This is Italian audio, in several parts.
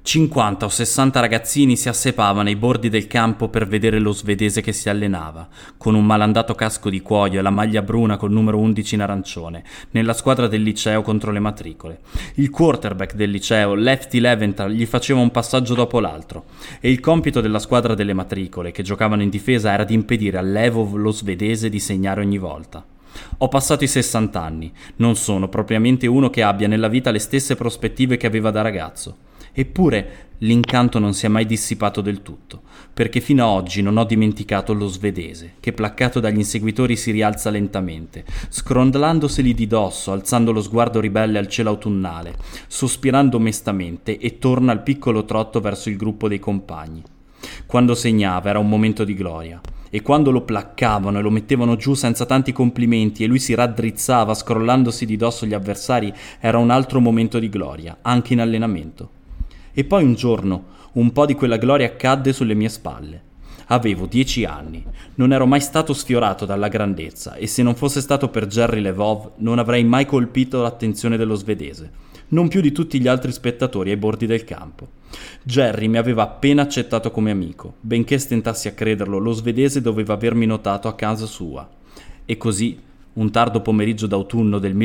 50 o 60 ragazzini si assepavano ai bordi del campo per vedere lo svedese che si allenava, con un malandato casco di cuoio e la maglia bruna col numero 11 in arancione, nella squadra del liceo contro le matricole. Il quarterback del liceo, Lefty Leventhal, gli faceva un passaggio dopo l'altro, e il compito della squadra delle matricole, che giocavano in difesa, era di impedire all'Evo lo svedese di segnare ogni volta. Ho passato i 60 anni, non sono propriamente uno che abbia nella vita le stesse prospettive che aveva da ragazzo. Eppure l'incanto non si è mai dissipato del tutto, perché fino ad oggi non ho dimenticato lo svedese, che placcato dagli inseguitori si rialza lentamente, scrondolandoseli di dosso, alzando lo sguardo ribelle al cielo autunnale, sospirando mestamente e torna al piccolo trotto verso il gruppo dei compagni. Quando segnava era un momento di gloria, e quando lo placcavano e lo mettevano giù senza tanti complimenti e lui si raddrizzava scrollandosi di dosso gli avversari era un altro momento di gloria, anche in allenamento. E poi un giorno un po' di quella gloria cadde sulle mie spalle. Avevo 10 anni, non ero mai stato sfiorato dalla grandezza e se non fosse stato per Jerry Lvov non avrei mai colpito l'attenzione dello svedese, non più di tutti gli altri spettatori ai bordi del campo. Jerry mi aveva appena accettato come amico, benché stentassi a crederlo, lo svedese doveva avermi notato a casa sua. E così, un tardo pomeriggio d'autunno del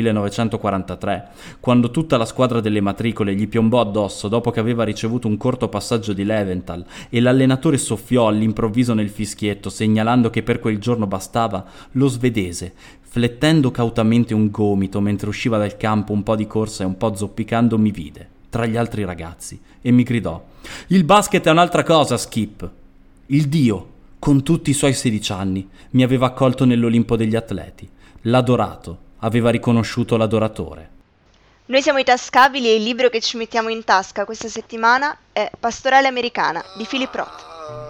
1943, quando tutta la squadra delle matricole gli piombò addosso dopo che aveva ricevuto un corto passaggio di Leventhal e l'allenatore soffiò all'improvviso nel fischietto segnalando che per quel giorno bastava, lo svedese, flettendo cautamente un gomito mentre usciva dal campo un po' di corsa e un po' zoppicando, mi vide, tra gli altri ragazzi, e mi gridò: «Il basket è un'altra cosa, Skip!» Il Dio, con tutti i suoi 16 anni, mi aveva accolto nell'Olimpo degli atleti. L'adorato aveva riconosciuto l'adoratore. Noi siamo i Tascabili e il libro che ci mettiamo in tasca questa settimana è Pastorale Americana di Philip Roth.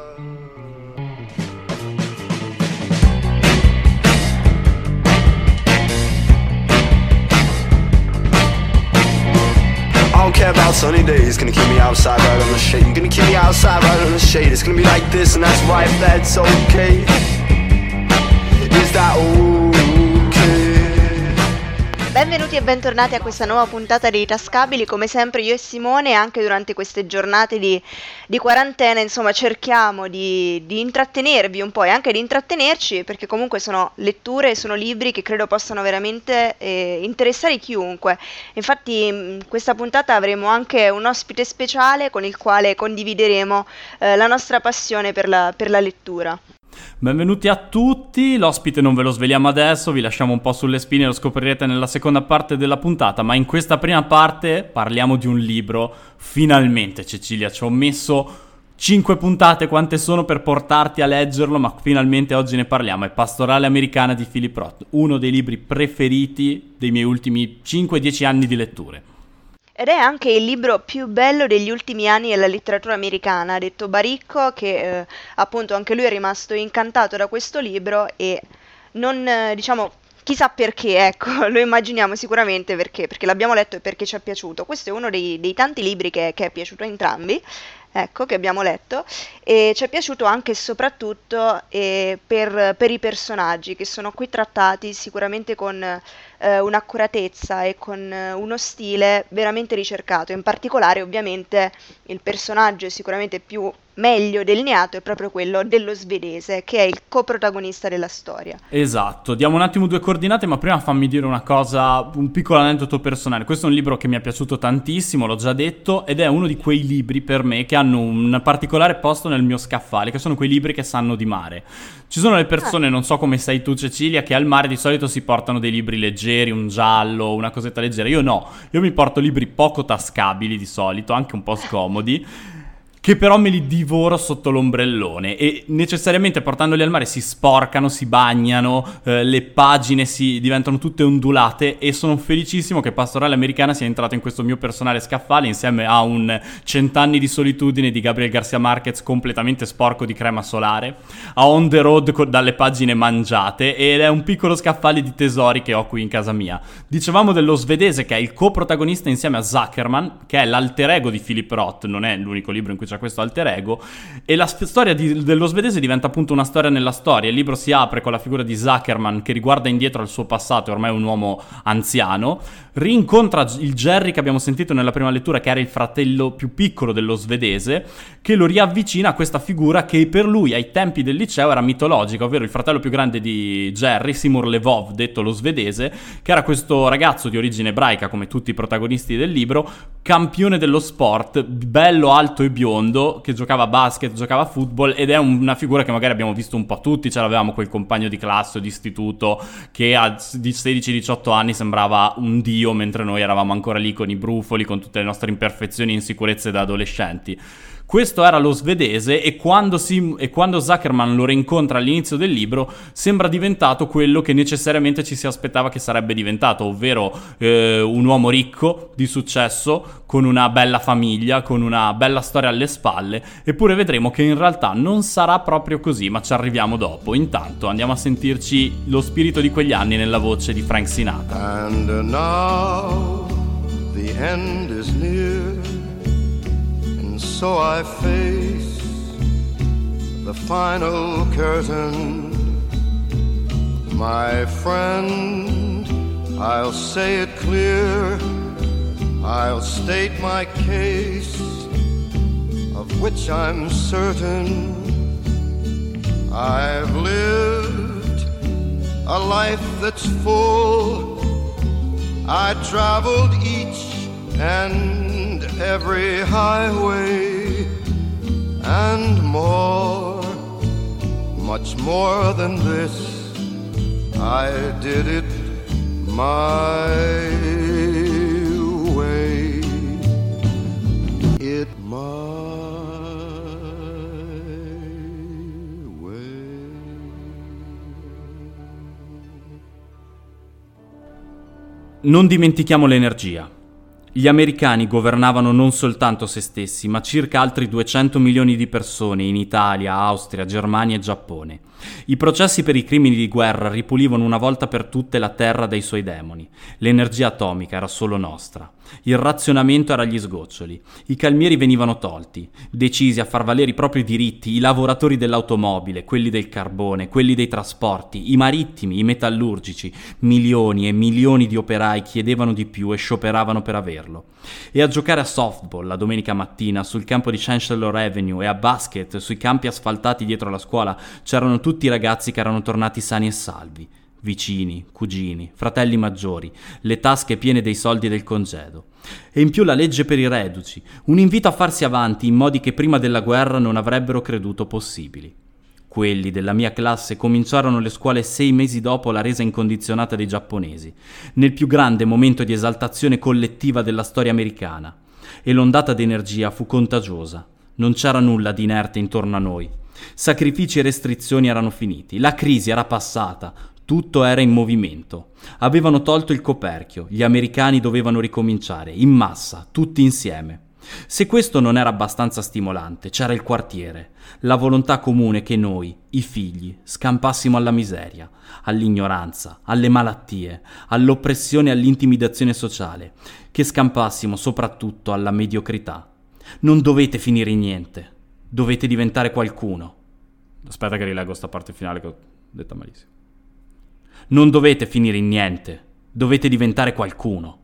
I don't care about sunny days, gonna keep me outside right on the shade. You're gonna keep me outside right on the shade. It's gonna be like this and that's right, that's okay. Is that okay? Benvenuti e bentornati a questa nuova puntata dei Tascabili. Come sempre io e Simone, anche durante queste giornate di quarantena, insomma, cerchiamo di intrattenervi un po' e anche di intrattenerci, perché comunque sono letture, sono libri che credo possano veramente interessare chiunque. Infatti in questa puntata avremo anche un ospite speciale con il quale condivideremo la nostra passione per la lettura. Benvenuti a tutti, l'ospite non ve lo sveliamo adesso, vi lasciamo un po' sulle spine, lo scoprirete nella seconda parte della puntata, ma in questa prima parte parliamo di un libro. Finalmente, Cecilia, ci ho messo 5 puntate, quante sono, per portarti a leggerlo, ma finalmente oggi ne parliamo. È Pastorale Americana di Philip Roth, uno dei libri preferiti dei miei ultimi 5-10 anni di letture. Ed è anche il libro più bello degli ultimi anni della letteratura americana, ha detto Baricco, che appunto anche lui è rimasto incantato da questo libro e non, chissà perché, ecco, lo immaginiamo sicuramente perché l'abbiamo letto e perché ci è piaciuto. Questo è uno dei tanti libri che è piaciuto a entrambi, ecco, che abbiamo letto, e ci è piaciuto anche e soprattutto per i personaggi che sono qui trattati sicuramente con un'accuratezza e con uno stile veramente ricercato. In particolare ovviamente il personaggio sicuramente più meglio delineato è proprio quello dello svedese, che è il coprotagonista della storia. Esatto, diamo un attimo 2 coordinate, ma prima fammi dire una cosa, un piccolo aneddoto personale. Questo è un libro che mi è piaciuto tantissimo, l'ho già detto, ed è uno di quei libri per me che hanno un particolare posto nel mio scaffale, che sono quei libri che sanno di mare. Ci sono le persone, non so come sei tu Cecilia, che al mare di solito si portano dei libri leggeri, un giallo, una cosetta leggera. Io no, io mi porto libri poco tascabili di solito, anche un po' scomodi, che però me li divoro sotto l'ombrellone e necessariamente portandoli al mare si sporcano, si bagnano, le pagine si diventano tutte ondulate, e sono felicissimo che Pastorale Americana sia entrato in questo mio personale scaffale insieme a un 100 anni di solitudine di Gabriel Garcia Marquez completamente sporco di crema solare, a On the Road dalle pagine mangiate, ed è un piccolo scaffale di tesori che ho qui in casa mia. Dicevamo dello svedese, che è il coprotagonista insieme a Zuckerman, che è l'alter ego di Philip Roth, non è l'unico libro in cui c'è c'è questo alter ego, e la storia dello svedese diventa appunto una storia nella storia. Il libro si apre con la figura di Zuckerman che riguarda indietro al suo passato, è ormai un uomo anziano, rincontra il Jerry che abbiamo sentito nella prima lettura, che era il fratello più piccolo dello svedese, che lo riavvicina a questa figura che per lui ai tempi del liceo era mitologica, ovvero il fratello più grande di Jerry, Seymour Levov, detto lo svedese, che era questo ragazzo di origine ebraica, come tutti i protagonisti del libro, campione dello sport, bello, alto e biondo, che giocava a basket, giocava a football, ed è una figura che magari abbiamo visto un po' tutti. Ce l'avevamo quel compagno di classe o di istituto che a 16-18 anni sembrava un dio, mentre noi eravamo ancora lì con i brufoli, con tutte le nostre imperfezioni e insicurezze da adolescenti. Questo era lo svedese, e quando Zuckerman lo rincontra all'inizio del libro sembra diventato quello che necessariamente ci si aspettava che sarebbe diventato, ovvero un uomo ricco, di successo, con una bella famiglia, con una bella storia alle spalle. Eppure vedremo che in realtà non sarà proprio così, ma ci arriviamo dopo. Intanto andiamo a sentirci lo spirito di quegli anni nella voce di Frank Sinatra. And now the end is near, and so I face the final curtain. My friend, I'll say it clear, I'll state my case, of which I'm certain. I've lived a life that's full, I traveled each and every highway, and more, much more than this, I did it my way, it my way. Non dimentichiamo l'energia. Gli americani governavano non soltanto se stessi, ma circa altri 200 milioni di persone in Italia, Austria, Germania e Giappone. I processi per i crimini di guerra ripulivano una volta per tutte la terra dai suoi demoni. L'energia atomica era solo nostra. Il razionamento era agli sgoccioli. I calmieri venivano tolti, decisi a far valere i propri diritti, i lavoratori dell'automobile, quelli del carbone, quelli dei trasporti, i marittimi, i metallurgici. Milioni e milioni di operai chiedevano di più e scioperavano per averlo. E a giocare a softball la domenica mattina sul campo di Chancellor Avenue e a basket sui campi asfaltati dietro la scuola c'erano tutti i ragazzi che erano tornati sani e salvi. Vicini, cugini, fratelli maggiori, le tasche piene dei soldi del congedo. E in più la legge per i reduci, un invito a farsi avanti in modi che prima della guerra non avrebbero creduto possibili. Quelli della mia classe cominciarono le scuole 6 mesi dopo la resa incondizionata dei giapponesi, nel più grande momento di esaltazione collettiva della storia americana. E l'ondata d'energia fu contagiosa. Non c'era nulla di inerte intorno a noi. Sacrifici e restrizioni erano finiti, la crisi era passata, tutto era in movimento. Avevano tolto il coperchio, gli americani dovevano ricominciare, in massa, tutti insieme. Se questo non era abbastanza stimolante, c'era il quartiere, la volontà comune che noi, i figli, scampassimo alla miseria, all'ignoranza, alle malattie, all'oppressione e all'intimidazione sociale, che scampassimo soprattutto alla mediocrità. Non dovete finire in niente, dovete diventare qualcuno. Aspetta che rileggo sta parte finale che ho detta malissimo. Non dovete finire in niente, dovete diventare qualcuno.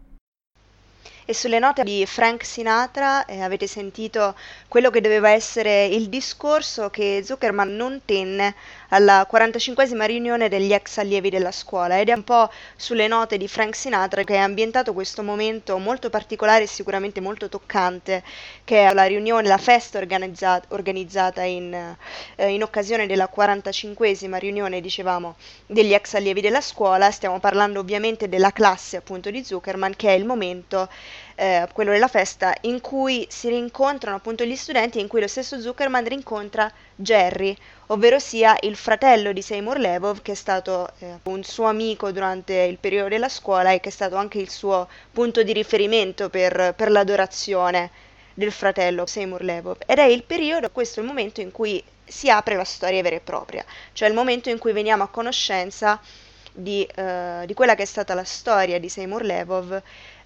E sulle note di Frank Sinatra avete sentito quello che doveva essere il discorso che Zuckerman non tenne alla 45esima riunione degli ex allievi della scuola, ed è un po' sulle note di Frank Sinatra che ha ambientato questo momento molto particolare e sicuramente molto toccante, che è la riunione, la festa organizzata in occasione della 45esima riunione, dicevamo, degli ex allievi della scuola. Stiamo parlando ovviamente della classe appunto di Zuckerman, che è il momento quello della festa in cui si rincontrano appunto gli studenti e in cui lo stesso Zuckerman rincontra Jerry, ovvero sia il fratello di Seymour Levov, che è stato un suo amico durante il periodo della scuola e che è stato anche il suo punto di riferimento per l'adorazione del fratello Seymour Levov. Ed è il periodo, questo è il momento in cui si apre la storia vera e propria, cioè il momento in cui veniamo a conoscenza di quella che è stata la storia di Seymour Levov,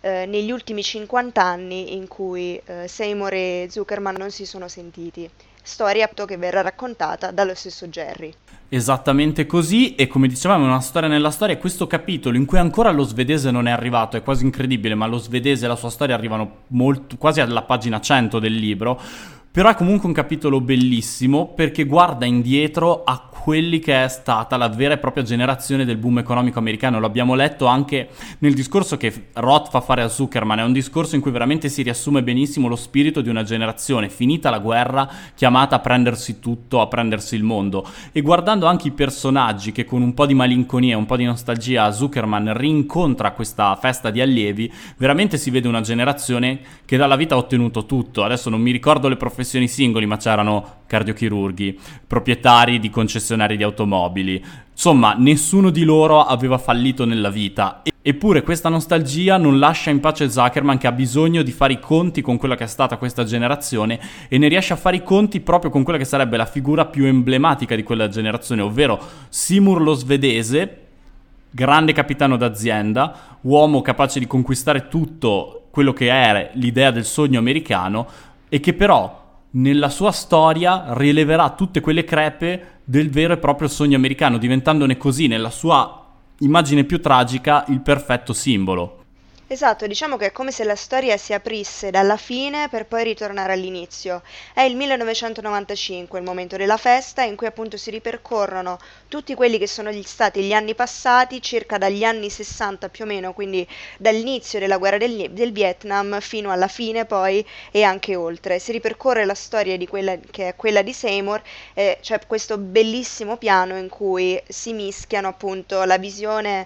negli ultimi 50 anni in cui Seymour e Zuckerman non si sono sentiti. Storia che verrà raccontata dallo stesso Jerry. Esattamente così, e come dicevamo, è una storia nella storia. Questo capitolo in cui ancora lo svedese non è arrivato è quasi incredibile, ma lo svedese e la sua storia arrivano quasi alla pagina 100 del libro. Però è comunque un capitolo bellissimo perché guarda indietro a quelli che è stata la vera e propria generazione del boom economico americano. Lo abbiamo letto anche nel discorso che Roth fa fare a Zuckerman. È un discorso in cui veramente si riassume benissimo lo spirito di una generazione finita la guerra, chiamata a prendersi tutto, a prendersi il mondo. E guardando anche i personaggi che con un po' di malinconia, un po' di nostalgia Zuckerman rincontra questa festa di allievi, veramente si vede una generazione che dalla vita ha ottenuto tutto. Adesso non mi ricordo le professioni singoli, ma c'erano cardiochirurghi, proprietari di concessionari di automobili. Insomma, nessuno di loro aveva fallito nella vita. Eppure questa nostalgia non lascia in pace Zuckerman, che ha bisogno di fare i conti con quella che è stata questa generazione, e ne riesce a fare i conti proprio con quella che sarebbe la figura più emblematica di quella generazione, ovvero Seymour lo svedese, grande capitano d'azienda, uomo capace di conquistare tutto quello che è l'idea del sogno americano, e che però nella sua storia rileverà tutte quelle crepe del vero e proprio sogno americano, diventandone così, nella sua immagine più tragica, il perfetto simbolo. Esatto, diciamo che è come se la storia si aprisse dalla fine per poi ritornare all'inizio. È il 1995, il momento della festa, in cui appunto si ripercorrono tutti quelli che sono stati gli anni passati, circa dagli anni 60 più o meno, quindi dall'inizio della guerra del Vietnam fino alla fine poi, e anche oltre. Si ripercorre la storia di quella che è quella di Seymour, c'è questo bellissimo piano in cui si mischiano appunto la visione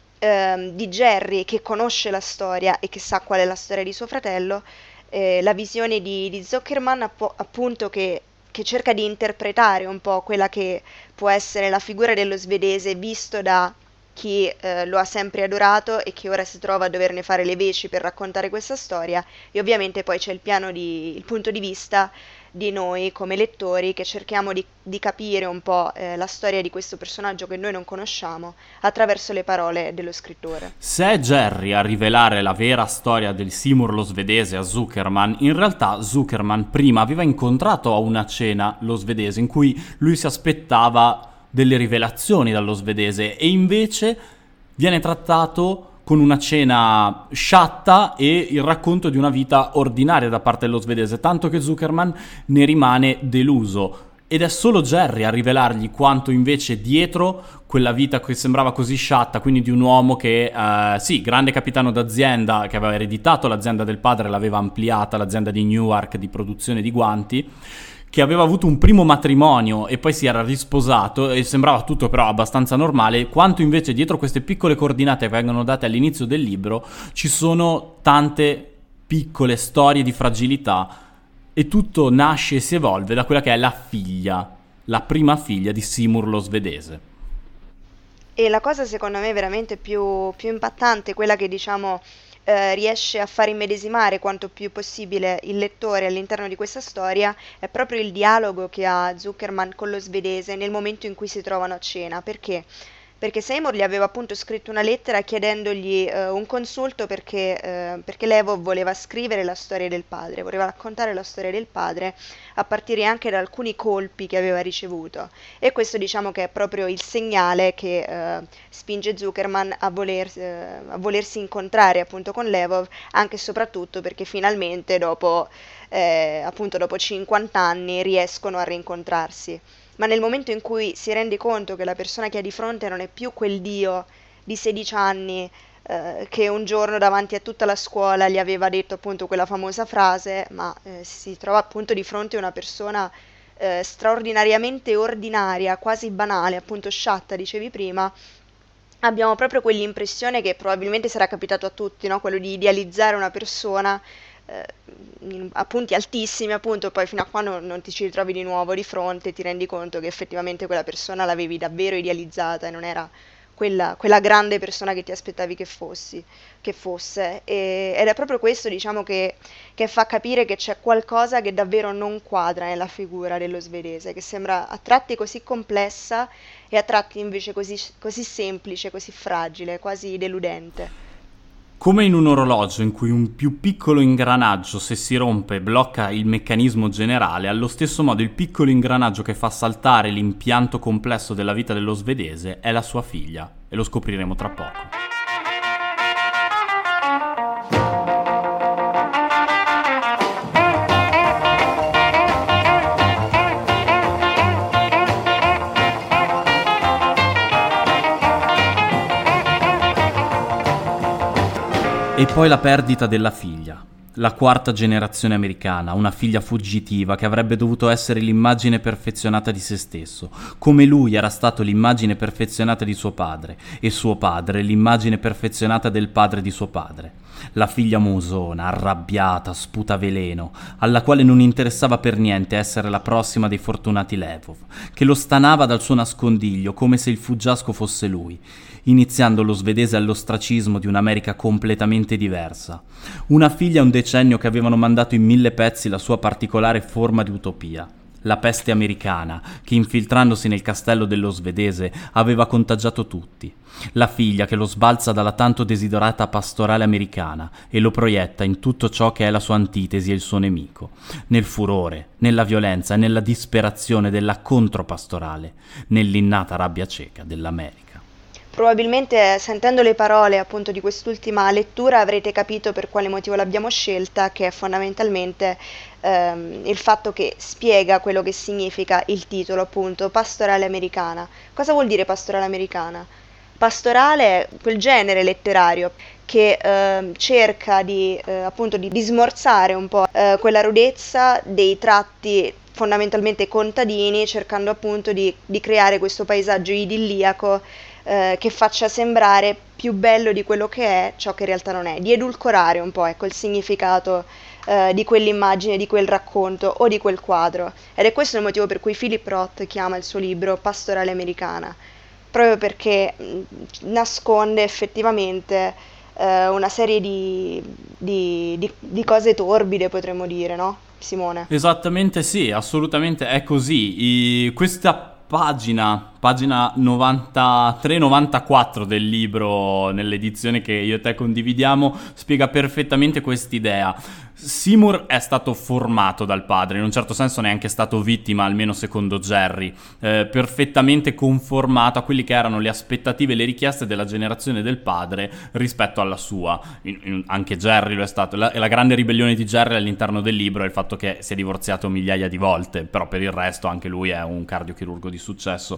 di Jerry, che conosce la storia e che sa qual è la storia di suo fratello, la visione di Zuckerman appunto che cerca di interpretare un po' quella che può essere la figura dello svedese visto da chi lo ha sempre adorato e che ora si trova a doverne fare le veci per raccontare questa storia. E ovviamente poi c'è il punto di vista di noi come lettori, che cerchiamo di capire un po' la storia di questo personaggio che noi non conosciamo attraverso le parole dello scrittore. Se è Jerry a rivelare la vera storia del Seymour lo svedese a Zuckerman, in realtà Zuckerman prima aveva incontrato a una cena lo svedese in cui lui si aspettava delle rivelazioni dallo svedese, e invece viene trattato con una cena sciatta e il racconto di una vita ordinaria da parte dello svedese, tanto che Zuckerman ne rimane deluso. Ed è solo Jerry a rivelargli quanto invece dietro quella vita che sembrava così sciatta, quindi di un uomo che, sì, grande capitano d'azienda, che aveva ereditato l'azienda del padre, l'aveva ampliata, l'azienda di Newark di produzione di guanti, che aveva avuto un primo matrimonio e poi si era risposato e sembrava tutto però abbastanza normale, quanto invece dietro queste piccole coordinate che vengono date all'inizio del libro ci sono tante piccole storie di fragilità, e tutto nasce e si evolve da quella che è la figlia, la prima figlia di Seymour lo svedese. E la cosa secondo me veramente più impattante, quella che diciamo riesce a far immedesimare quanto più possibile il lettore all'interno di questa storia, è proprio il dialogo che ha Zuckerman con lo svedese nel momento in cui si trovano a cena. Perché Seymour gli aveva appunto scritto una lettera chiedendogli un consulto perché Levov voleva scrivere la storia del padre, voleva raccontare la storia del padre a partire anche da alcuni colpi che aveva ricevuto. E questo diciamo che è proprio il segnale che spinge Zuckerman a volersi incontrare appunto con Levov, anche e soprattutto perché finalmente dopo 50 anni riescono a rincontrarsi. Ma nel momento in cui si rende conto che la persona che ha di fronte non è più quel dio di 16 anni che un giorno davanti a tutta la scuola gli aveva detto appunto quella famosa frase, ma si trova appunto di fronte a una persona straordinariamente ordinaria, quasi banale, appunto sciatta, dicevi prima, abbiamo proprio quell'impressione che probabilmente sarà capitato a tutti, no? Quello di idealizzare una persona a punti altissimi, appunto, poi fino a quando non ti ci ritrovi di nuovo di fronte ti rendi conto che effettivamente quella persona l'avevi davvero idealizzata e non era quella grande persona che ti aspettavi che fosse. Ed è proprio questo, diciamo, che fa capire che c'è qualcosa che davvero non quadra nella figura dello svedese, che sembra a tratti così complessa e a tratti invece così semplice, così fragile, quasi deludente. Come in un orologio in cui un più piccolo ingranaggio, se si rompe, blocca il meccanismo generale, allo stesso modo il piccolo ingranaggio che fa saltare l'impianto complesso della vita dello svedese è la sua figlia, e lo scopriremo tra poco. E poi la perdita della figlia, la quarta generazione americana, una figlia fuggitiva che avrebbe dovuto essere l'immagine perfezionata di se stesso, come lui era stato l'immagine perfezionata di suo padre, e suo padre l'immagine perfezionata del padre di suo padre. La figlia musona, arrabbiata, sputaveleno, alla quale non interessava per niente essere la prossima dei fortunati Lvov, che lo stanava dal suo nascondiglio come se il fuggiasco fosse lui, iniziando lo svedese all'ostracismo di un'America completamente diversa. Una figlia e un decennio che avevano mandato in 1000 pezzi la sua particolare forma di utopia. La peste americana, che infiltrandosi nel castello dello svedese aveva contagiato tutti. La figlia che lo sbalza dalla tanto desiderata pastorale americana e lo proietta in tutto ciò che è la sua antitesi e il suo nemico, nel furore, nella violenza e nella disperazione della contropastorale, nell'innata rabbia cieca dell'America. Probabilmente sentendo le parole appunto di quest'ultima lettura avrete capito per quale motivo l'abbiamo scelta, che è fondamentalmente il fatto che spiega quello che significa il titolo, appunto, pastorale americana. Cosa vuol dire pastorale americana? Pastorale è quel genere letterario che cerca appunto di smorzare un po' quella rudezza dei tratti fondamentalmente contadini, cercando appunto di creare questo paesaggio idilliaco che faccia sembrare più bello di quello che è ciò che in realtà non è, di edulcorare un po', ecco, il significato di quell'immagine, di quel racconto o di quel quadro. Ed è questo il motivo per cui Philip Roth chiama il suo libro Pastorale americana, proprio perché nasconde effettivamente una serie di cose torbide, potremmo dire, no, Simone? Esattamente sì, assolutamente è così. Questa pagina 93-94 del libro, nell'edizione che io e te condividiamo, spiega perfettamente quest'idea. Seymour è stato formato dal padre, in un certo senso neanche stato vittima, almeno secondo Jerry, perfettamente conformato a quelli che erano le aspettative e le richieste della generazione del padre rispetto alla sua. Anche Jerry lo è stato. La grande ribellione di Jerry all'interno del libro è il fatto che si è divorziato migliaia di volte, però per il resto anche lui è un cardiochirurgo di successo.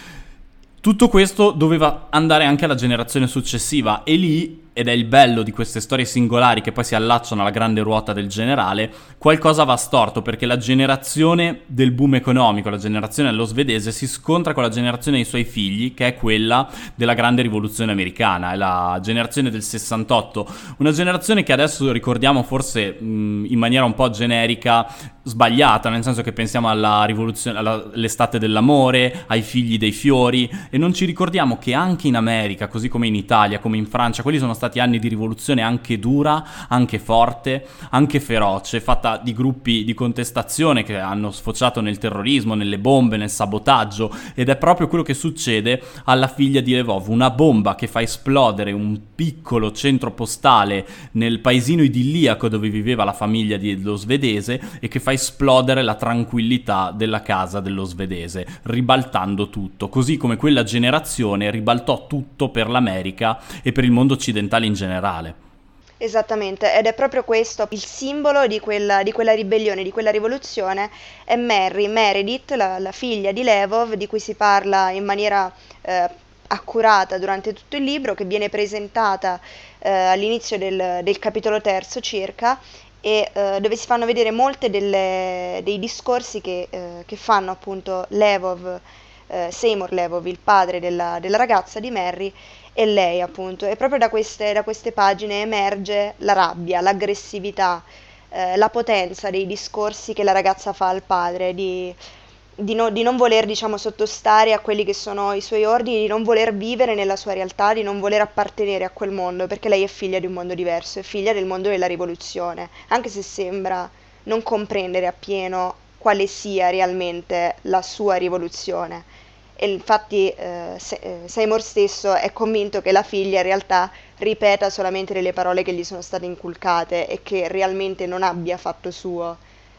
Tutto questo doveva andare anche alla generazione successiva e lì, ed è il bello di queste storie singolari che poi si allacciano alla grande ruota del generale, qualcosa va storto perché la generazione del boom economico, la generazione dello svedese si scontra con la generazione dei suoi figli, che è quella della grande rivoluzione americana, è la generazione del 68, una generazione che adesso ricordiamo forse in maniera un po' generica, sbagliata, nel senso che pensiamo alla rivoluzione, all'estate dell'amore, ai figli dei fiori, e non ci ricordiamo che anche in America, così come in Italia, come in Francia, quelli sono stati anni di rivoluzione anche dura, anche forte, anche feroce, fatta di gruppi di contestazione che hanno sfociato nel terrorismo, nelle bombe, nel sabotaggio, ed è proprio quello che succede alla figlia di Lvov, una bomba che fa esplodere un piccolo centro postale nel paesino idilliaco dove viveva la famiglia dello svedese e che fa esplodere la tranquillità della casa dello svedese, ribaltando tutto, così come quella generazione ribaltò tutto per l'America e per il mondo occidentale in generale. Esattamente, ed è proprio questo il simbolo di quella ribellione, di quella rivoluzione, è Meredith, la figlia di Lvov, di cui si parla in maniera accurata durante tutto il libro, che viene presentata all'inizio del capitolo terzo circa, e dove si fanno vedere molte dei discorsi che fanno appunto Seymour Lvov, il padre della ragazza di Mary, e lei appunto, e proprio da queste pagine emerge la rabbia, l'aggressività, la potenza dei discorsi che la ragazza fa al padre, di non voler, diciamo, sottostare a quelli che sono i suoi ordini, di non voler vivere nella sua realtà, di non voler appartenere a quel mondo, perché lei è figlia di un mondo diverso, è figlia del mondo della rivoluzione, anche se sembra non comprendere appieno quale sia realmente la sua rivoluzione. E infatti Seymour stesso è convinto che la figlia in realtà ripeta solamente le parole che gli sono state inculcate e che realmente non abbia fatto suo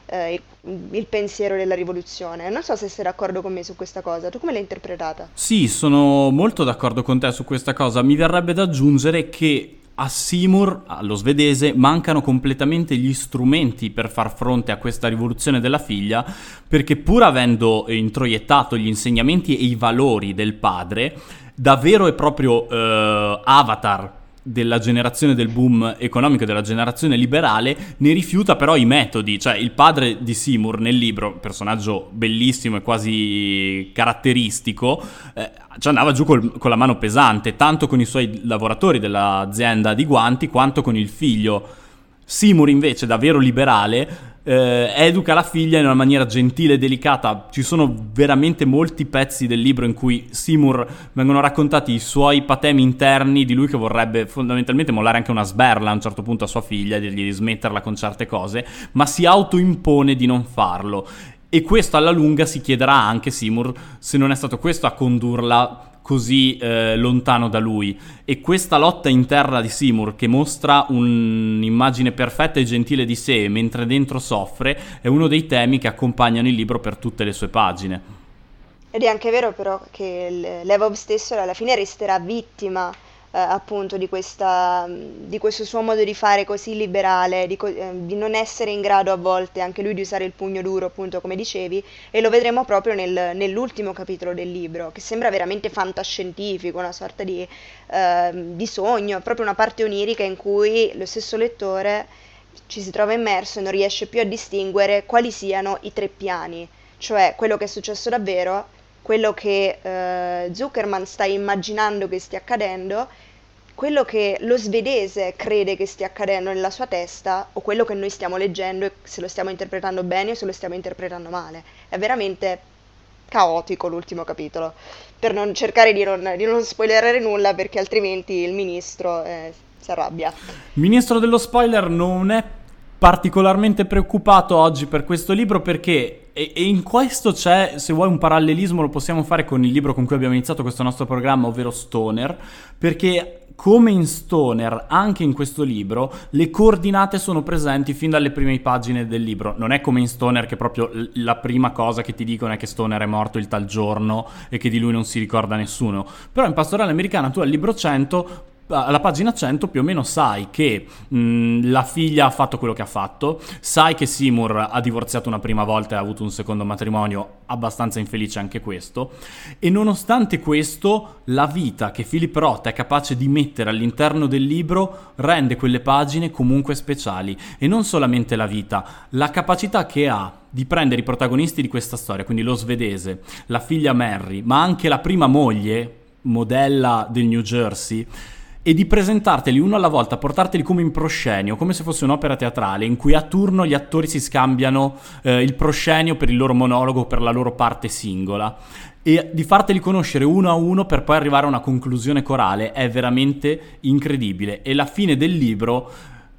il pensiero della rivoluzione. Non so se sei d'accordo con me su questa cosa, tu come l'hai interpretata? Sì, sono molto d'accordo con te su questa cosa. Mi verrebbe da aggiungere che a Seymour, allo svedese, mancano completamente gli strumenti per far fronte a questa rivoluzione della figlia, perché pur avendo introiettato gli insegnamenti e i valori del padre, da vero e proprio avatar della generazione del boom economico, della generazione liberale, ne rifiuta però i metodi. Cioè il padre di Seymour nel libro, personaggio bellissimo e quasi caratteristico, ci andava giù con la mano pesante, tanto con i suoi lavoratori dell'azienda di guanti quanto con il figlio. Seymour invece, da vero liberale, educa la figlia in una maniera gentile e delicata. Ci sono veramente molti pezzi del libro in cui Seymour vengono raccontati i suoi patemi interni di lui che vorrebbe fondamentalmente mollare anche una sberla a un certo punto a sua figlia, dirgli di smetterla con certe cose, ma si autoimpone di non farlo. E questo alla lunga si chiederà anche Seymour se non è stato questo a condurla così lontano da lui. E questa lotta interna di Seymour, che mostra un'immagine perfetta e gentile di sé mentre dentro soffre, è uno dei temi che accompagnano il libro per tutte le sue pagine. Ed è anche vero però che Levov stesso alla fine resterà vittima appunto di questo suo modo di fare così liberale, di non essere in grado a volte anche lui di usare il pugno duro, appunto come dicevi, e lo vedremo proprio nell'ultimo capitolo del libro, che sembra veramente fantascientifico, una sorta di sogno, proprio una parte onirica in cui lo stesso lettore ci si trova immerso e non riesce più a distinguere quali siano i tre piani, cioè quello che è successo davvero, quello che Zuckerman sta immaginando che stia accadendo, quello che lo svedese crede che stia accadendo nella sua testa, o quello che noi stiamo leggendo e se lo stiamo interpretando bene o se lo stiamo interpretando male. È veramente caotico l'ultimo capitolo, per non cercare di non spoilerare nulla, perché altrimenti il ministro si arrabbia. Il ministro dello spoiler non è particolarmente preoccupato oggi per questo libro, perché e in questo c'è, se vuoi, un parallelismo, lo possiamo fare con il libro con cui abbiamo iniziato questo nostro programma, ovvero Stoner, perché come in Stoner, anche in questo libro le coordinate sono presenti fin dalle prime pagine del libro. Non è come in Stoner che proprio la prima cosa che ti dicono è che Stoner è morto il tal giorno e che di lui non si ricorda nessuno. Però in Pastorale Americana tu al libro 100, alla pagina 100 più o meno sai che la figlia ha fatto quello che ha fatto, sai che Seymour ha divorziato una prima volta e ha avuto un secondo matrimonio abbastanza infelice anche questo, e nonostante questo la vita che Philip Roth è capace di mettere all'interno del libro rende quelle pagine comunque speciali. E non solamente la vita, la capacità che ha di prendere i protagonisti di questa storia, quindi lo svedese, la figlia Mary, ma anche la prima moglie, modella del New Jersey, e di presentarteli uno alla volta, portarteli come in proscenio, come se fosse un'opera teatrale in cui a turno gli attori si scambiano il proscenio per il loro monologo, per la loro parte singola, e di farteli conoscere uno a uno per poi arrivare a una conclusione corale è veramente incredibile. E la fine del libro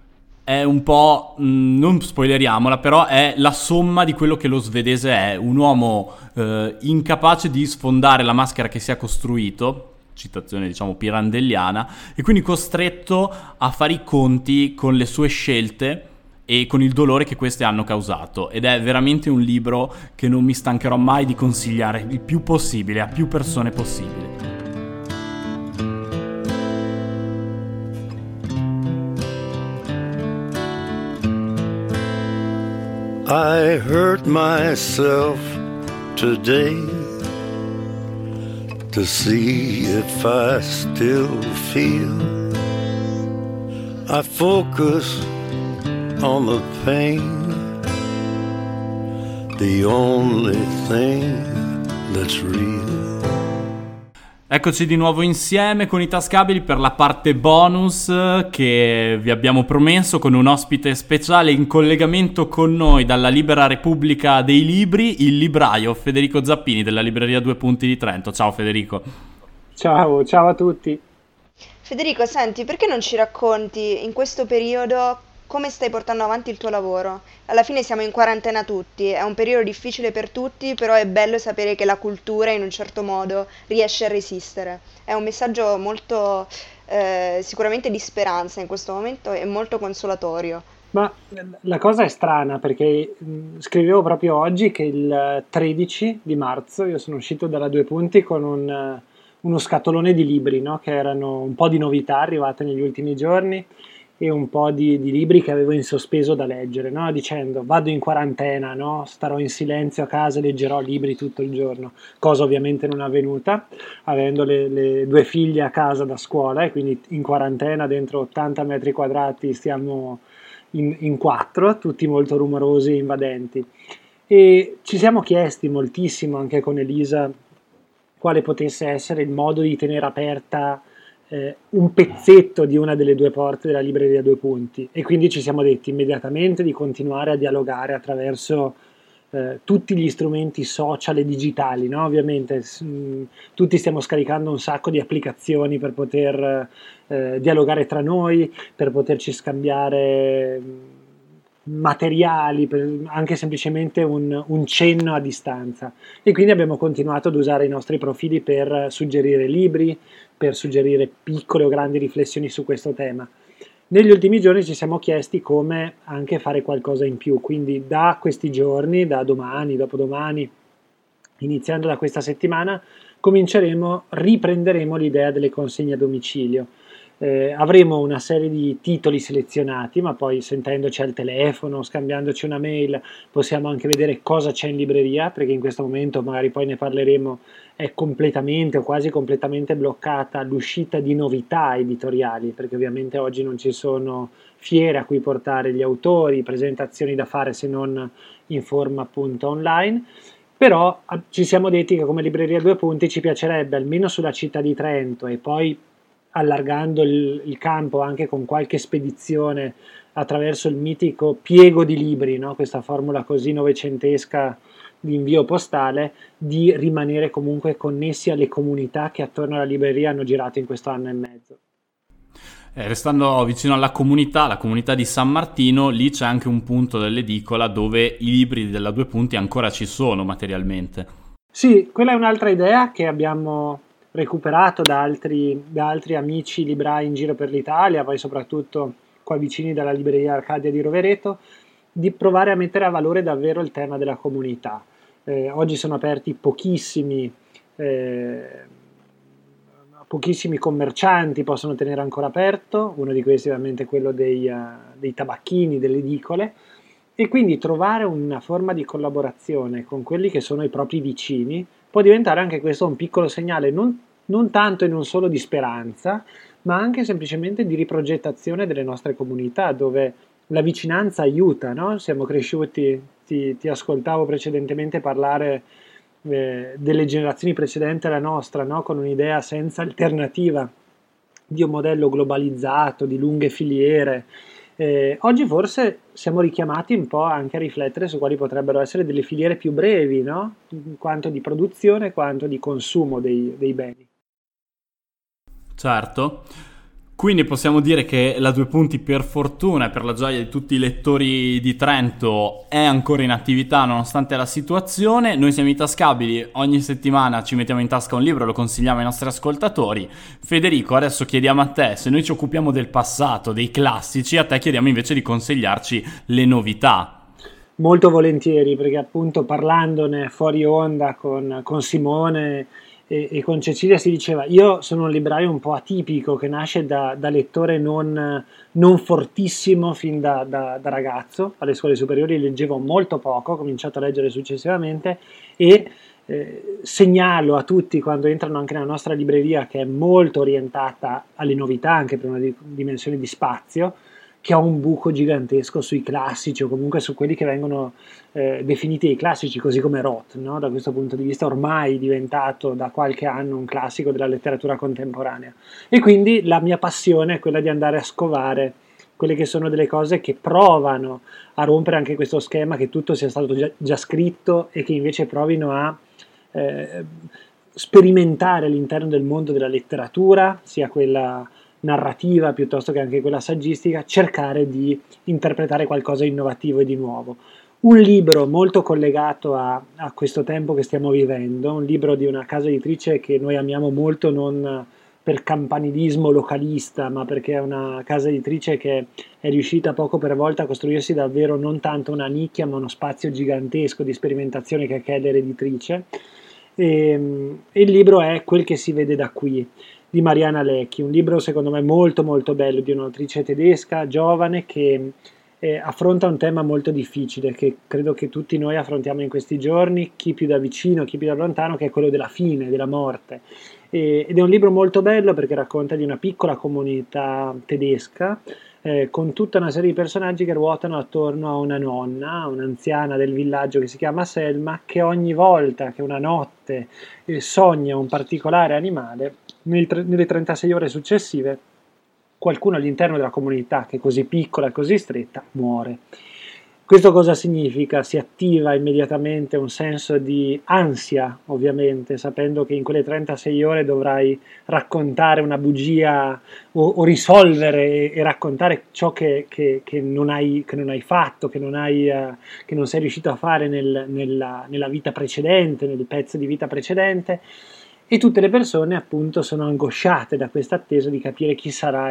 è un po', non spoileriamola, però è la somma di quello che lo svedese è, un uomo incapace di sfondare la maschera che si è costruito, citazione diciamo pirandelliana, e quindi costretto a fare i conti con le sue scelte e con il dolore che queste hanno causato. Ed è veramente un libro che non mi stancherò mai di consigliare il più possibile, a più persone possibili. I hurt myself today to see if I still feel. I focus on the pain, the only thing that's real. Eccoci di nuovo insieme con i tascabili per la parte bonus che vi abbiamo promesso, con un ospite speciale in collegamento con noi dalla Libera Repubblica dei Libri, il libraio Federico Zappini della Libreria Due Punti di Trento. Ciao Federico. Ciao a tutti. Federico, senti, perché non ci racconti in questo periodo come stai portando avanti il tuo lavoro. Alla fine siamo in quarantena tutti, è un periodo difficile per tutti, però è bello sapere che la cultura in un certo modo riesce a resistere. È un messaggio molto sicuramente di speranza in questo momento e molto consolatorio. Ma la cosa è strana perché scrivevo proprio oggi che il 13 di marzo io sono uscito dalla Due Punti con uno scatolone di libri, no? Che erano un po' di novità arrivate negli ultimi giorni e un po' di libri che avevo in sospeso da leggere, no? Dicendo vado in quarantena, no? Starò in silenzio a casa, leggerò libri tutto il giorno, cosa ovviamente non è avvenuta, avendo le due figlie a casa da scuola e quindi in quarantena dentro 80 metri quadrati stiamo in quattro, tutti molto rumorosi e invadenti. E ci siamo chiesti moltissimo anche con Elisa quale potesse essere il modo di tenere aperta un pezzetto di una delle due porte della libreria Due Punti, e quindi ci siamo detti immediatamente di continuare a dialogare attraverso tutti gli strumenti social e digitali, no? Ovviamente tutti stiamo scaricando un sacco di applicazioni per poter dialogare tra noi, per poterci scambiare materiali, anche semplicemente un cenno a distanza, e quindi abbiamo continuato ad usare i nostri profili per suggerire libri, per suggerire piccole o grandi riflessioni su questo tema. Negli ultimi giorni ci siamo chiesti come anche fare qualcosa in più, quindi da questi giorni, da domani, dopodomani, iniziando da questa settimana, riprenderemo l'idea delle consegne a domicilio. Avremo una serie di titoli selezionati, ma poi sentendoci al telefono, scambiandoci una mail, possiamo anche vedere cosa c'è in libreria, perché in questo momento, magari poi ne parleremo, è completamente o quasi completamente bloccata l'uscita di novità editoriali, perché ovviamente oggi non ci sono fiere a cui portare gli autori, presentazioni da fare se non in forma appunto online. Però ci siamo detti che come libreria Due Punti ci piacerebbe almeno sulla città di Trento, e poi allargando il campo anche con qualche spedizione attraverso il mitico piego di libri, no? Questa formula così novecentesca di invio postale, di rimanere comunque connessi alle comunità che attorno alla libreria hanno girato in questo anno e mezzo. Restando vicino alla comunità di San Martino, lì c'è anche un punto dell'edicola dove i libri della Due Punti ancora ci sono materialmente. Sì, quella è un'altra idea che abbiamo recuperato da altri amici librai in giro per l'Italia, poi soprattutto qua vicini dalla libreria Arcadia di Rovereto, di provare a mettere a valore davvero il tema della comunità. Oggi sono aperti pochissimi commercianti possono tenere ancora aperto, uno di questi è ovviamente quello dei tabacchini, delle edicole, e quindi trovare una forma di collaborazione con quelli che sono i propri vicini può diventare anche questo un piccolo segnale, non tanto e non solo di speranza, ma anche semplicemente di riprogettazione delle nostre comunità, dove la vicinanza aiuta, no? Siamo cresciuti, ti ascoltavo precedentemente parlare delle generazioni precedenti alla nostra, no? Con un'idea senza alternativa di un modello globalizzato, di lunghe filiere. Oggi forse siamo richiamati un po' anche a riflettere su quali potrebbero essere delle filiere più brevi, no? Quanto di produzione, quanto di consumo dei beni. Certo. Quindi possiamo dire che la Due Punti, per fortuna e per la gioia di tutti i lettori di Trento, è ancora in attività nonostante la situazione. Noi siamo intascabili, ogni settimana ci mettiamo in tasca un libro e lo consigliamo ai nostri ascoltatori. Federico, adesso chiediamo a te, se noi ci occupiamo del passato, dei classici, a te chiediamo invece di consigliarci le novità. Molto volentieri, perché appunto parlandone fuori onda con Simone e con Cecilia si diceva, io sono un libraio un po' atipico che nasce da lettore non fortissimo fin da ragazzo. Alle scuole superiori leggevo molto poco, ho cominciato a leggere successivamente, e segnalo a tutti quando entrano anche nella nostra libreria, che è molto orientata alle novità anche per una dimensione di spazio, che ha un buco gigantesco sui classici, o comunque su quelli che vengono definiti i classici, così come Roth, no? Da questo punto di vista ormai diventato da qualche anno un classico della letteratura contemporanea. E quindi la mia passione è quella di andare a scovare quelle che sono delle cose che provano a rompere anche questo schema che tutto sia stato già scritto, e che invece provino a sperimentare all'interno del mondo della letteratura, sia quella narrativa piuttosto che anche quella saggistica, cercare di interpretare qualcosa di innovativo e di nuovo. Un libro molto collegato a questo tempo che stiamo vivendo, un libro di una casa editrice che noi amiamo molto, non per campanilismo localista, ma perché è una casa editrice che è riuscita poco per volta a costruirsi davvero non tanto una nicchia, ma uno spazio gigantesco di sperimentazione che è Keller Editrice. E il libro è Quel che si vede da qui, di Mariana Lecchi, un libro secondo me molto molto bello, di un'autrice tedesca, giovane, che affronta un tema molto difficile, che credo che tutti noi affrontiamo in questi giorni, chi più da vicino, chi più da lontano, che è quello della fine, della morte. Ed è un libro molto bello perché racconta di una piccola comunità tedesca, con tutta una serie di personaggi che ruotano attorno a una nonna, un'anziana del villaggio che si chiama Selma, che ogni volta che una notte sogna un particolare animale, nelle 36 ore successive qualcuno all'interno della comunità, che è così piccola e così stretta, muore. Questo cosa significa? Si attiva immediatamente un senso di ansia, ovviamente, sapendo che in quelle 36 ore dovrai raccontare una bugia o risolvere e raccontare ciò che non hai fatto, che non sei riuscito a fare nella vita precedente, nel pezzo di vita precedente. E tutte le persone appunto sono angosciate da questa attesa di capire chi sarà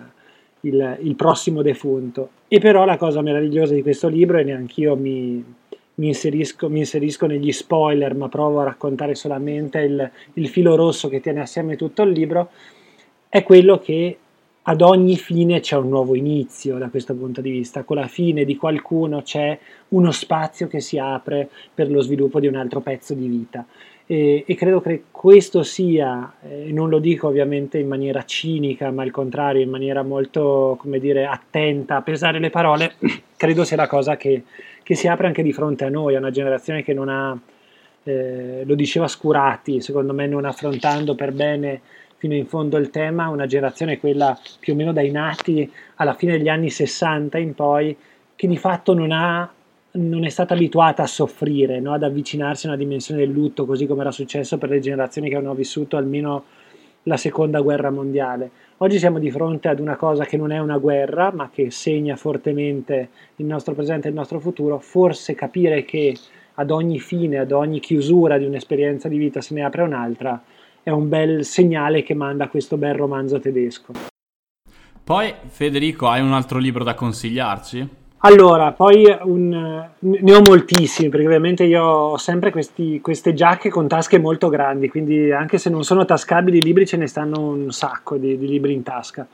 il prossimo defunto. E però la cosa meravigliosa di questo libro, e neanch'io mi inserisco negli spoiler, ma provo a raccontare solamente il filo rosso che tiene assieme tutto il libro, è quello che ad ogni fine c'è un nuovo inizio. Da questo punto di vista, con la fine di qualcuno c'è uno spazio che si apre per lo sviluppo di un altro pezzo di vita. E credo che questo sia, non lo dico ovviamente in maniera cinica, ma al contrario in maniera molto, come dire, attenta a pesare le parole, credo sia la cosa che si apre anche di fronte a noi, a una generazione che non ha, lo diceva Scurati, secondo me non affrontando per bene fino in fondo il tema, una generazione, quella più o meno dai nati alla fine degli anni 60 in poi, che di fatto non è stata abituata a soffrire, no? Ad avvicinarsi a una dimensione del lutto, così come era successo per le generazioni che hanno vissuto almeno la seconda guerra mondiale. Oggi siamo di fronte ad una cosa che non è una guerra, ma che segna fortemente il nostro presente e il nostro futuro. Forse capire che ad ogni fine, ad ogni chiusura di un'esperienza di vita se ne apre un'altra, è un bel segnale che manda questo bel romanzo tedesco. Poi, Federico, hai un altro libro da consigliarci? Allora, poi ne ho moltissimi, perché ovviamente io ho sempre queste giacche con tasche molto grandi, quindi anche se non sono tascabili i libri ce ne stanno un sacco di libri in tasca.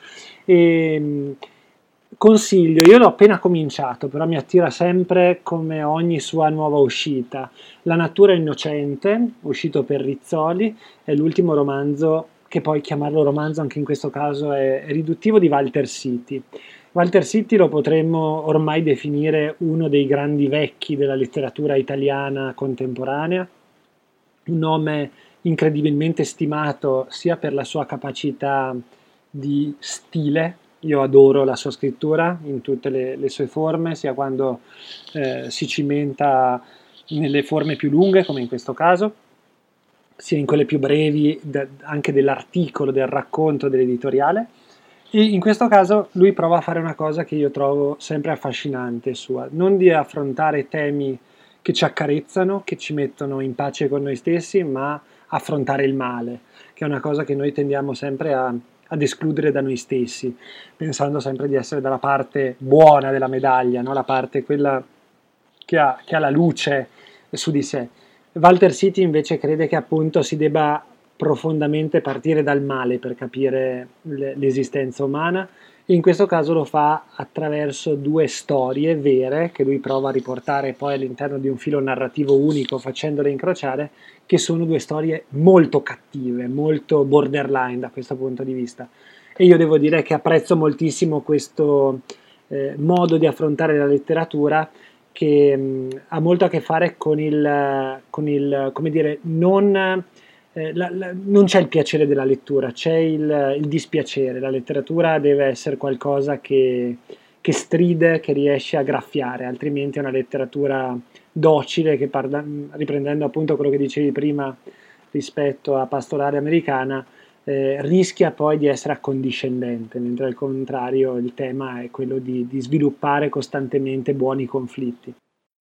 Consiglio, io l'ho appena cominciato, però mi attira sempre come ogni sua nuova uscita. La natura innocente, uscito per Rizzoli, è l'ultimo romanzo, che poi chiamarlo romanzo anche in questo caso è riduttivo, di Walter City. Walter City lo potremmo ormai definire uno dei grandi vecchi della letteratura italiana contemporanea, un nome incredibilmente stimato sia per la sua capacità di stile. Io adoro la sua scrittura in tutte le sue forme, sia quando si cimenta nelle forme più lunghe, come in questo caso, sia in quelle più brevi, anche dell'articolo, del racconto, dell'editoriale. E in questo caso lui prova a fare una cosa che io trovo sempre affascinante sua, non di affrontare temi che ci accarezzano, che ci mettono in pace con noi stessi, ma affrontare il male, che è una cosa che noi tendiamo sempre ad escludere da noi stessi, pensando sempre di essere dalla parte buona della medaglia, no? La parte quella che ha la luce su di sé. Walter City invece crede che appunto si debba profondamente partire dal male per capire l'esistenza umana, e in questo caso lo fa attraverso due storie vere che lui prova a riportare poi all'interno di un filo narrativo unico, facendole incrociare, che sono due storie molto cattive, molto borderline da questo punto di vista. E io devo dire che apprezzo moltissimo questo modo di affrontare la letteratura, che ha molto a che fare con il come dire, non c'è il piacere della lettura, c'è il dispiacere. La letteratura deve essere qualcosa che stride, che riesce a graffiare, altrimenti è una letteratura docile che, riprendendo appunto quello che dicevi prima rispetto a Pastorale Americana, rischia poi di essere accondiscendente, mentre al contrario il tema è quello di sviluppare costantemente buoni conflitti.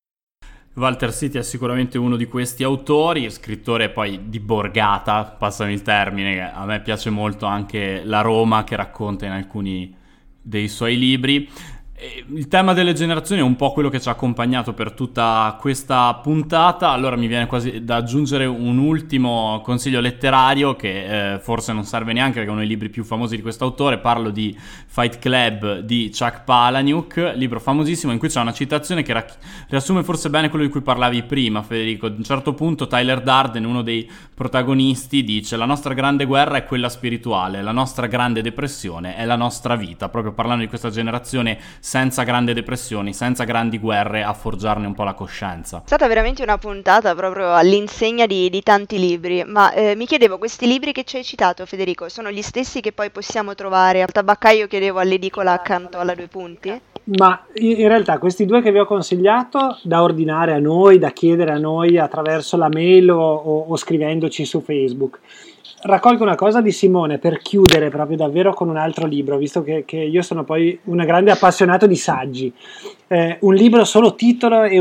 Walter City è sicuramente uno di questi autori, scrittore poi di borgata, passami il termine, a me piace molto anche la Roma che racconta in alcuni dei suoi libri. Il tema delle generazioni è un po' quello che ci ha accompagnato per tutta questa puntata, allora mi viene quasi da aggiungere un ultimo consiglio letterario che forse non serve neanche perché è uno dei libri più famosi di quest'autore. Parlo di Fight Club di Chuck Palahniuk, libro famosissimo in cui c'è una citazione che riassume forse bene quello di cui parlavi prima, Federico. A un certo punto Tyler Durden, uno dei protagonisti, dice: la nostra grande guerra è quella spirituale, la nostra grande depressione è la nostra vita, proprio parlando di questa generazione senza grandi depressioni, senza grandi guerre, a forgiarne un po' la coscienza. È stata veramente una puntata proprio all'insegna di tanti libri, ma mi chiedevo, questi libri che ci hai citato, Federico, sono gli stessi che poi possiamo trovare al tabaccaio, chiedevo, all'edicola accanto alla Due Punti? Ma in realtà questi due che vi ho consigliato, da ordinare a noi, da chiedere a noi attraverso la mail o scrivendoci su Facebook. Raccolgo una cosa di Simone per chiudere proprio davvero con un altro libro, visto che io sono poi una grande appassionato di saggi. Un libro solo titolo e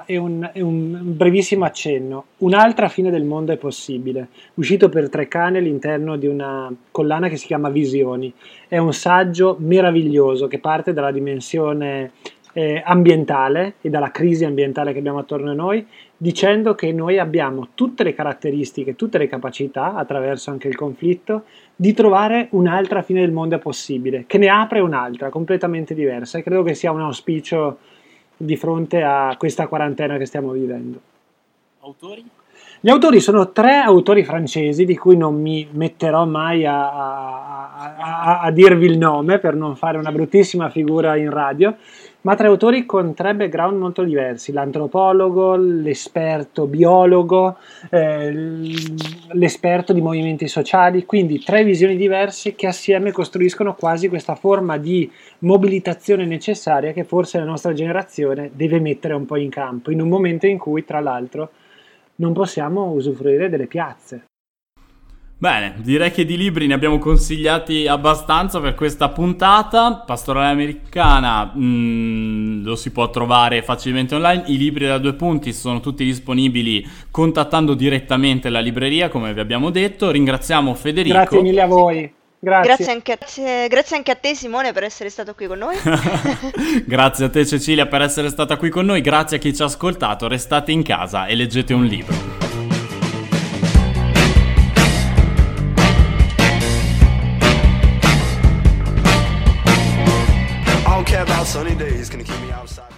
un brevissimo accenno. Un'altra fine del mondo è possibile, uscito per Treccani all'interno di una collana che si chiama Visioni. È un saggio meraviglioso che parte dalla dimensione ambientale e dalla crisi ambientale che abbiamo attorno a noi, dicendo che noi abbiamo tutte le caratteristiche, tutte le capacità, attraverso anche il conflitto, di trovare un'altra fine del mondo possibile, che ne apre un'altra completamente diversa, e credo che sia un auspicio di fronte a questa quarantena che stiamo vivendo. Autori? Gli autori sono 3 autori francesi di cui non mi metterò mai a dirvi il nome per non fare una bruttissima figura in radio, ma 3 autori con 3 background molto diversi: l'antropologo, l'esperto biologo, l'esperto di movimenti sociali, quindi 3 visioni diverse che assieme costruiscono quasi questa forma di mobilitazione necessaria che forse la nostra generazione deve mettere un po' in campo, in un momento in cui, tra l'altro, non possiamo usufruire delle piazze. Bene, direi che di libri ne abbiamo consigliati abbastanza per questa puntata. Pastorale Americana lo si può trovare facilmente online. I libri da Due Punti sono tutti disponibili contattando direttamente la libreria, come vi abbiamo detto. Ringraziamo Federico. Grazie mille a voi. Grazie anche a te, Simone, per essere stato qui con noi. Grazie a te, Cecilia, per essere stata qui con noi. Grazie a chi ci ha ascoltato. Restate in casa e leggete un libro. I don't care about sunny days, gonna keep me outside.